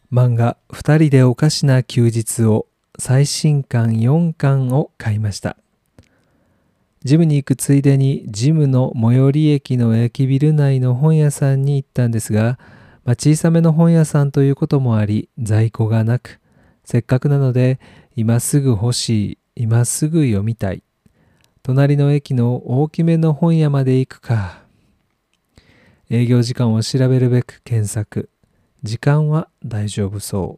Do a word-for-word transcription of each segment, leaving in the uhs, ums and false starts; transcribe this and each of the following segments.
漫画ふたりでおかしな休日を最新刊よんかんを買いました。ジムに行くついでにジムの最寄り駅の駅ビル内の本屋さんに行ったんですが、まあ、小さめの本屋さんということもあり在庫がなく、せっかくなので今すぐ欲しい、今すぐ読みたい、隣の駅の大きめの本屋まで行くか。営業時間を調べるべく検索。時間は大丈夫そう。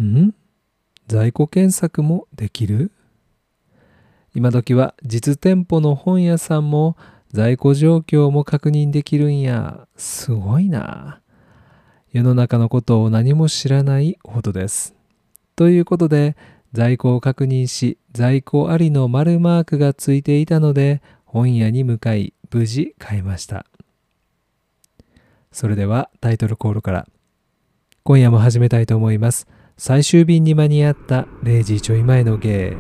ん?在庫検索もできる?今時は実店舗の本屋さんも在庫状況も確認できるんや。すごいな。世の中のことを何も知らないほどです。ということで在庫を確認し、在庫ありの丸マークがついていたので本屋に向かい無事買いました。それではタイトルコールから。今夜も始めたいと思います。最終便に間に合ったれいじちょい前の芸。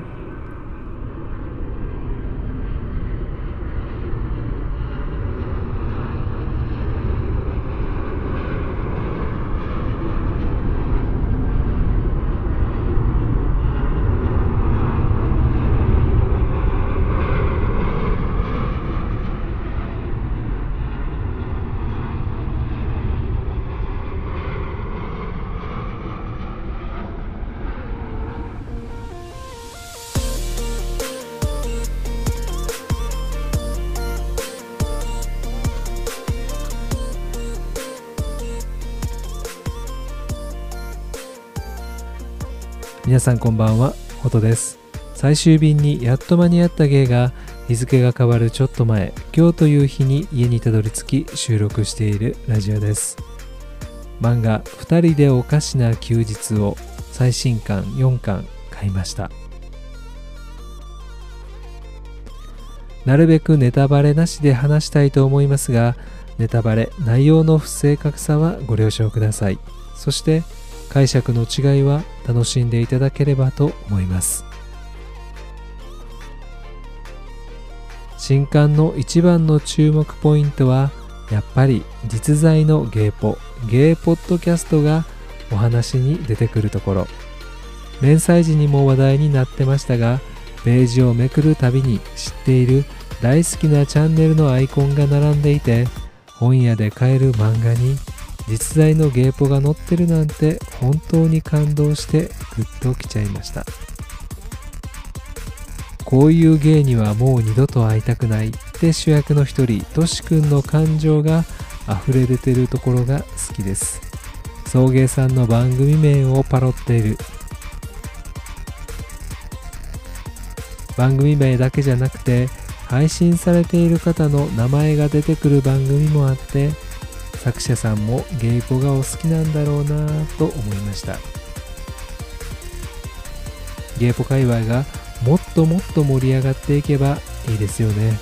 皆さんこんばんは、ホトです。最終便にやっと間に合った芸が日付が変わるちょっと前、今日という日に家にたどり着き収録しているラジオです。漫画ふたりでおかしな休日を最新刊よんかん買いました。なるべくネタバレなしで話したいと思いますが、ネタバレ、内容の不正確さはご了承ください。そして解釈の違いは楽しんでいただければと思います。新刊の一番の注目ポイントはやっぱり実在のゲイポ、ゲイポッドキャストがお話に出てくるところ。連載時にも話題になってましたが、ページをめくるたびに知っている大好きなチャンネルのアイコンが並んでいて、本屋で買える漫画に実在のゲイポが載ってるなんて本当に感動してグッときちゃいました。こういうゲイにはもう二度と会いたくないって主役の一人トシ君の感情が溢れ出てるところが好きです。送迎さんの番組名をパロっている。番組名だけじゃなくて配信されている方の名前が出てくる番組もあって、作者さんもゲイポがお好きなんだろうなぁと思いました。ゲイポ界隈がもっともっと盛り上がっていけばいいですよね。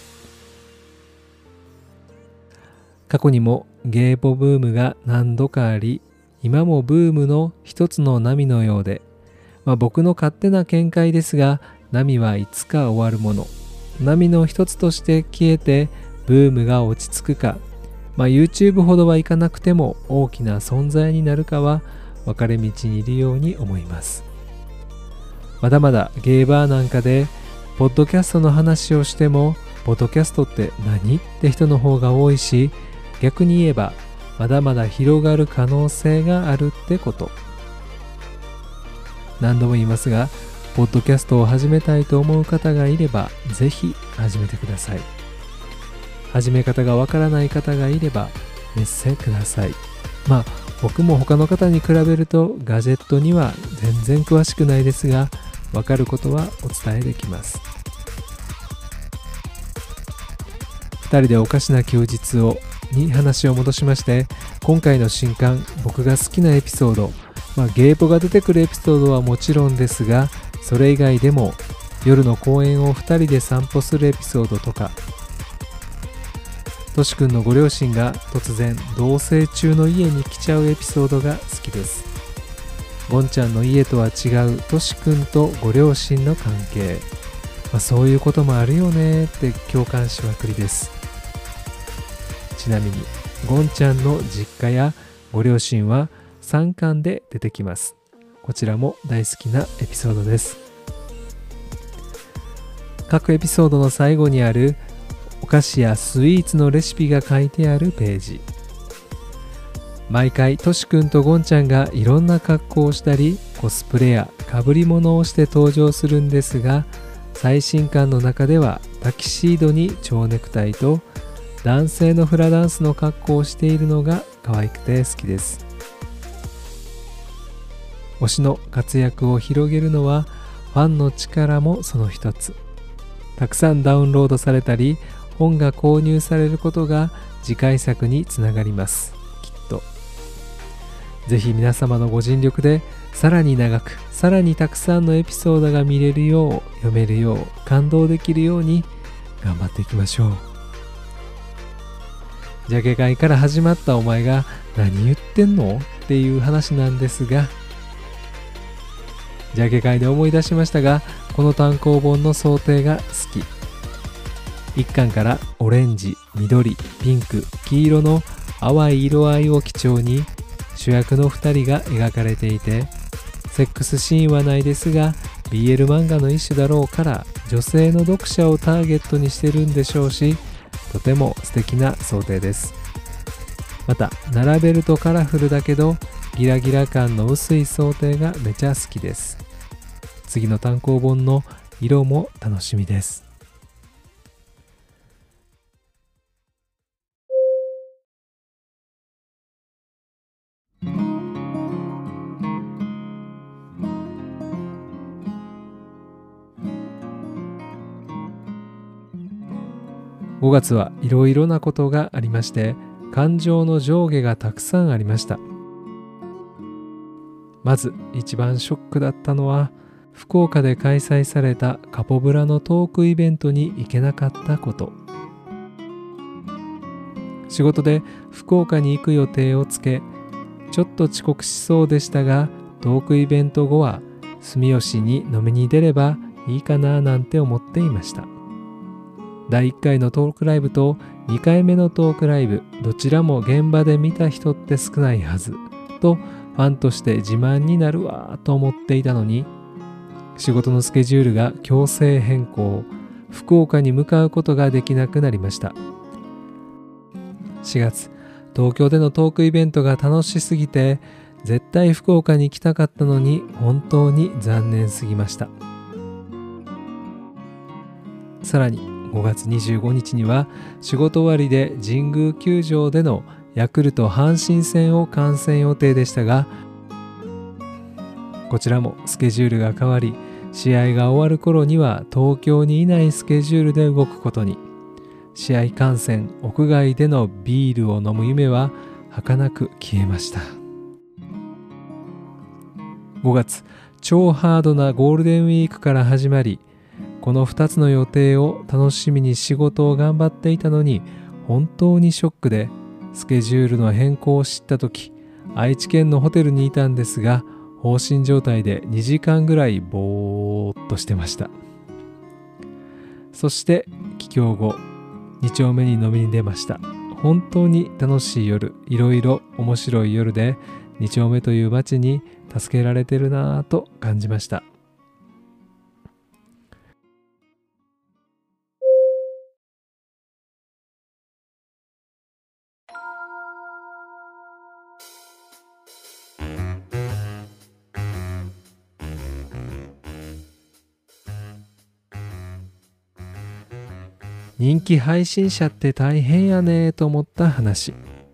過去にもゲイポブームが何度かあり、今もブームの一つの波のようで、まあ、僕の勝手な見解ですが、波はいつか終わるもの。波の一つとして消えてブームが落ち着くか、まあ、YouTube ほどはいかなくても大きな存在になるかは分かれ道にいるように思います。まだまだゲイバーなんかでポッドキャストの話をしても、ポッドキャストって何って人の方が多いし、逆に言えばまだまだ広がる可能性があるってこと。何度も言いますが、ポッドキャストを始めたいと思う方がいればぜひ始めてください。始め方がわからない方がいればメッセください。まあ僕も他の方に比べるとガジェットには全然詳しくないですが、わかることはお伝えできます。ふたりでおかしな休日をに話を戻しまして、今回の新刊、僕が好きなエピソード、まあ、ゲイポが出てくるエピソードはもちろんですが、それ以外でも夜の公園をふたりで散歩するエピソードとか、トシ君のご両親が突然同棲中の家に来ちゃうエピソードが好きです。ゴンちゃんの家とは違うトシ君とご両親の関係、まあ、そういうこともあるよねって共感しまくりです。ちなみにゴンちゃんの実家やご両親はさんかんで出てきます。こちらも大好きなエピソードです。各エピソードの最後にあるお菓子やスイーツのレシピが書いてあるページ。毎回としくんとゴンちゃんがいろんな格好をしたりコスプレやかぶり物をして登場するんですが、最新刊の中ではタキシードに蝶ネクタイと男性のフラダンスの格好をしているのが可愛くて好きです。推しの活躍を広げるのはファンの力もその一つ。たくさんダウンロードされたり本が購入されることが次回作につながります。きっとぜひ皆様のご尽力でさらに長くさらにたくさんのエピソードが見れるよう、読めるよう、感動できるように頑張っていきましょう。ジャケ買いから始まったお前が何言ってんのっていう話なんですが、ジャケ買いで思い出しましたが、この単行本の想定が好き。いっかんからオレンジ、緑、ピンク、黄色の淡い色合いを基調に主役のふたりが描かれていて、セックスシーンはないですが ビーエル 漫画の一種だろうから女性の読者をターゲットにしてるんでしょうし、とても素敵な想定です。また並べるとカラフルだけどギラギラ感の薄い想定がめちゃ好きです。次の単行本の色も楽しみです。ごがつはいろいろなことがありまして、感情の上下がたくさんありました。まず一番ショックだったのは、福岡で開催されたカポブラのトークイベントに行けなかったこと。仕事で福岡に行く予定をつけ、ちょっと遅刻しそうでしたが、トークイベント後は住吉に飲みに出ればいいかななんて思っていました。だいいっかいのトークライブとにかいめのトークライブ、どちらも現場で見た人って少ないはずとファンとして自慢になるわと思っていたのに、仕事のスケジュールが強制変更、福岡に向かうことができなくなりました。しがつ、東京でのトークイベントが楽しすぎて絶対福岡に行きたかったのに本当に残念すぎました。さらにごがつにじゅうごにちには仕事終わりで神宮球場でのヤクルト阪神戦を観戦予定でしたが、こちらもスケジュールが変わり、試合が終わる頃には東京にいないスケジュールで動くことに。試合観戦、屋外でのビールを飲む夢は儚く消えました。ごがつ、超ハードなゴールデンウィークから始まり、このふたつの予定を楽しみに仕事を頑張っていたのに本当にショックで、スケジュールの変更を知った時、愛知県のホテルにいたんですが、放心状態でにじかんぐらいぼーっとしてました。そして帰郷後、に丁目に飲みに出ました。本当に楽しい夜、いろいろ面白い夜で、に丁目という街に助けられてるなぁと感じました。人気配信者って大変やねと思った話。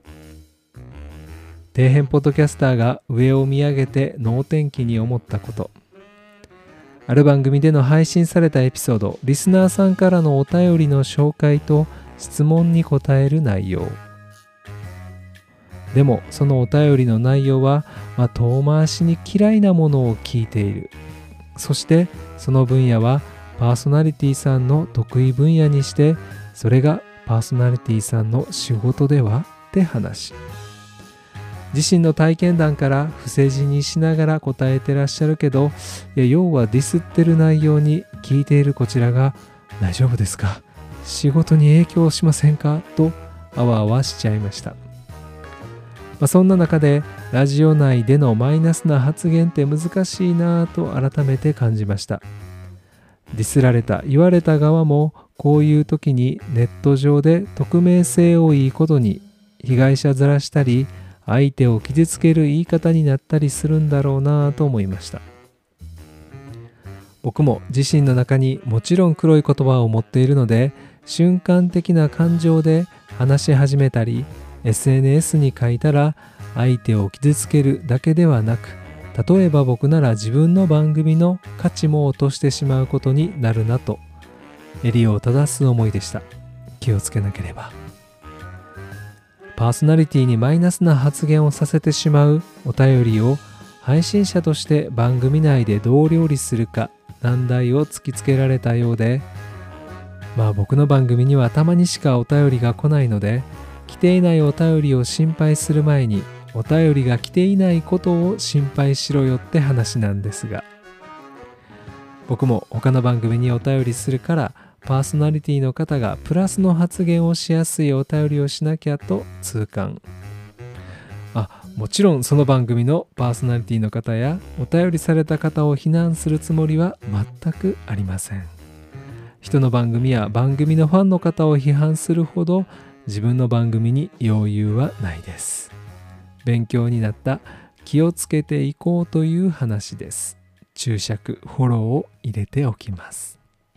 底辺ポッドキャスターが上を見上げて能天気に思ったこと。ある番組での配信されたエピソード、リスナーさんからのお便りの紹介と質問に答える内容。でもそのお便りの内容は、まあ、遠回しに嫌いなものを聞いている。そしてその分野はパーソナリティさんの得意分野にして、それがパーソナリティさんの仕事ではって話。自身の体験談から伏せ字にしながら答えてらっしゃるけど、いや要はディスってる内容に聞いているこちらが大丈夫ですか、仕事に影響しませんかとあわあわしちゃいました。 まあ、そんな中でラジオ内でのマイナスな発言って難しいなぁと改めて感じました。ディスられた言われた側もこういう時にネット上で匿名性をいいことに被害者面したり相手を傷つける言い方になったりするんだろうなぁと思いました。僕も自身の中にもちろん黒い言葉を持っているので、瞬間的な感情で話し始めたり エスエヌエス に書いたら相手を傷つけるだけではなく、例えば僕なら自分の番組の価値も落としてしまうことになるなと襟を正す思いでした。気をつけなければ。パーソナリティにマイナスな発言をさせてしまうお便りを配信者として番組内でどう料理するか難題を突きつけられたようで、まあ僕の番組にはたまにしかお便りが来ないので、来ていないお便りを心配する前にお便りが来ていないことを心配しろよって話なんですが、僕も他の番組にお便りするからパーソナリティの方がプラスの発言をしやすいお便りをしなきゃと痛感。あ、もちろんその番組のパーソナリティの方やお便りされた方を非難するつもりは全くありません。人の番組や番組のファンの方を批判するほど自分の番組に余裕はないです。勉強になった。気をつけていこうという話です。注釈フォローを入れておきます。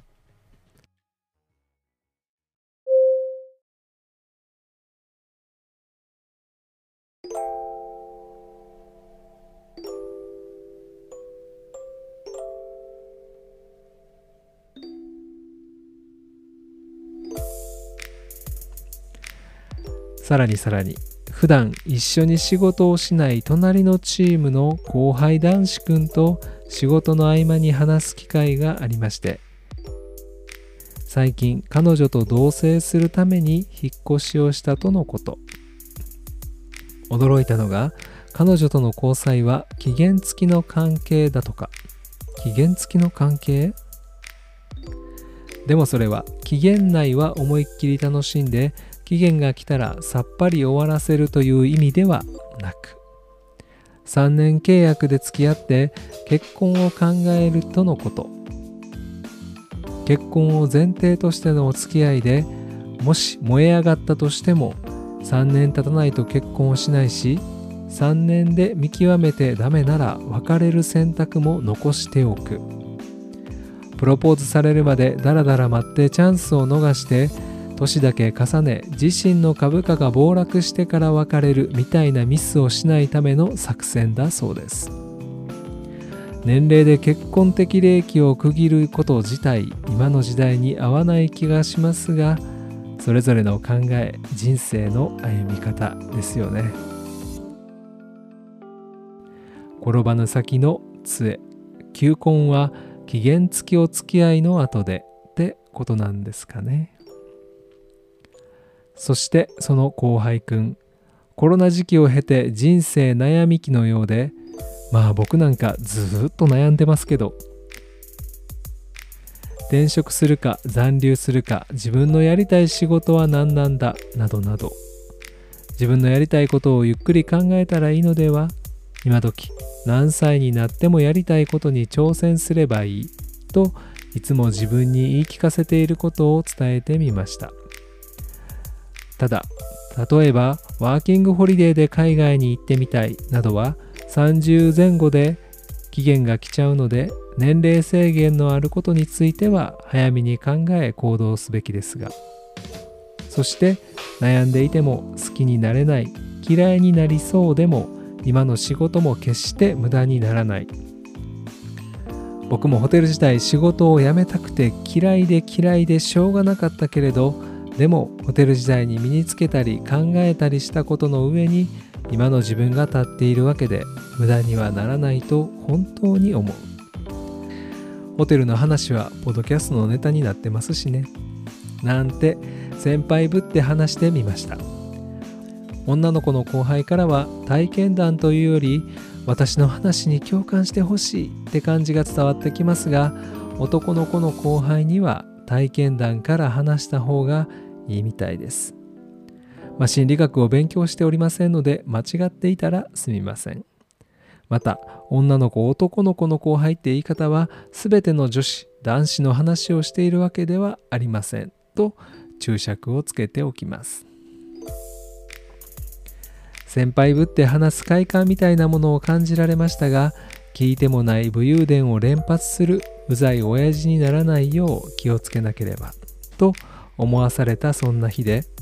さらにさらに普段一緒に仕事をしない隣のチームの後輩男子くんと仕事の合間に話す機会がありまして、最近彼女と同棲するために引っ越しをしたとのこと。驚いたのが彼女との交際は期限付きの関係だとか。期限付きの関係？でもそれは期限内は思いっきり楽しんで、期限が来たらさっぱり終わらせるという意味ではなく、さんねん契約で付き合って結婚を考えるとのこと。結婚を前提としてのお付き合いで、もし燃え上がったとしてもさんねん経たないと結婚をしないし、さんねんで見極めてダメなら別れる選択も残しておく。プロポーズされるまでダラダラ待ってチャンスを逃して年だけ重ね、自身の株価が暴落してから別れるみたいなミスをしないための作戦だそうです。年齢で結婚適齢期を区切ること自体今の時代に合わない気がしますが、それぞれの考え、人生の歩み方ですよね。転ばぬ先の杖、求婚は期限付きお付き合いの後でってことなんですかね。そしてその後輩くん、コロナ時期を経て人生悩み期のようで、まあ僕なんかずっと悩んでますけど、転職するか残留するか、自分のやりたい仕事は何なんだなどなど、自分のやりたいことをゆっくり考えたらいいのでは、今時何歳になってもやりたいことに挑戦すればいいといつも自分に言い聞かせていることを伝えてみました。ただ、例えばワーキングホリデーで海外に行ってみたいなどはさんじゅう前後で期限が来ちゃうので、年齢制限のあることについては早めに考え行動すべきですが、そして悩んでいても好きになれない、嫌いになりそうでも今の仕事も決して無駄にならない。僕もホテル時代仕事を辞めたくて嫌いで嫌いでしょうがなかったけれど、でもホテル時代に身につけたり考えたりしたことの上に今の自分が立っているわけで、無駄にはならないと本当に思う。ホテルの話はポッドキャストのネタになってますしね、なんて先輩ぶって話してみました。女の子の後輩からは体験談というより私の話に共感してほしいって感じが伝わってきますが、男の子の後輩には体験談から話した方がいいみたいです。 まあ、心理学を勉強しておりませんので間違っていたらすみません。また、女の子男の子の後輩って言い方はすべての女子男子の話をしているわけではありませんと注釈をつけておきます。先輩ぶって話す快感みたいなものを感じられましたが、聞いてもない武勇伝を連発するうざい親父にならないよう気をつけなければと思わされたそんな日で、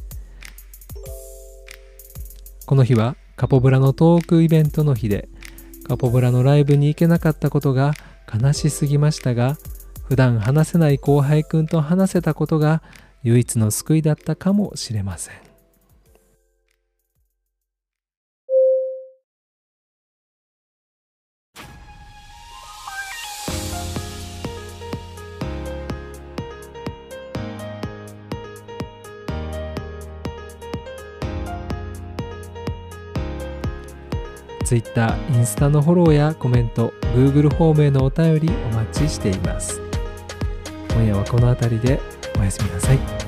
この日はカポブラのトークイベントの日で、カポブラのライブに行けなかったことが悲しすぎましたが、普段話せない後輩くんと話せたことが唯一の救いだったかもしれません。Twitter、インスタのフォローやコメント、Google フォームへのお便りお待ちしています。今夜はこの辺りでおやすみなさい。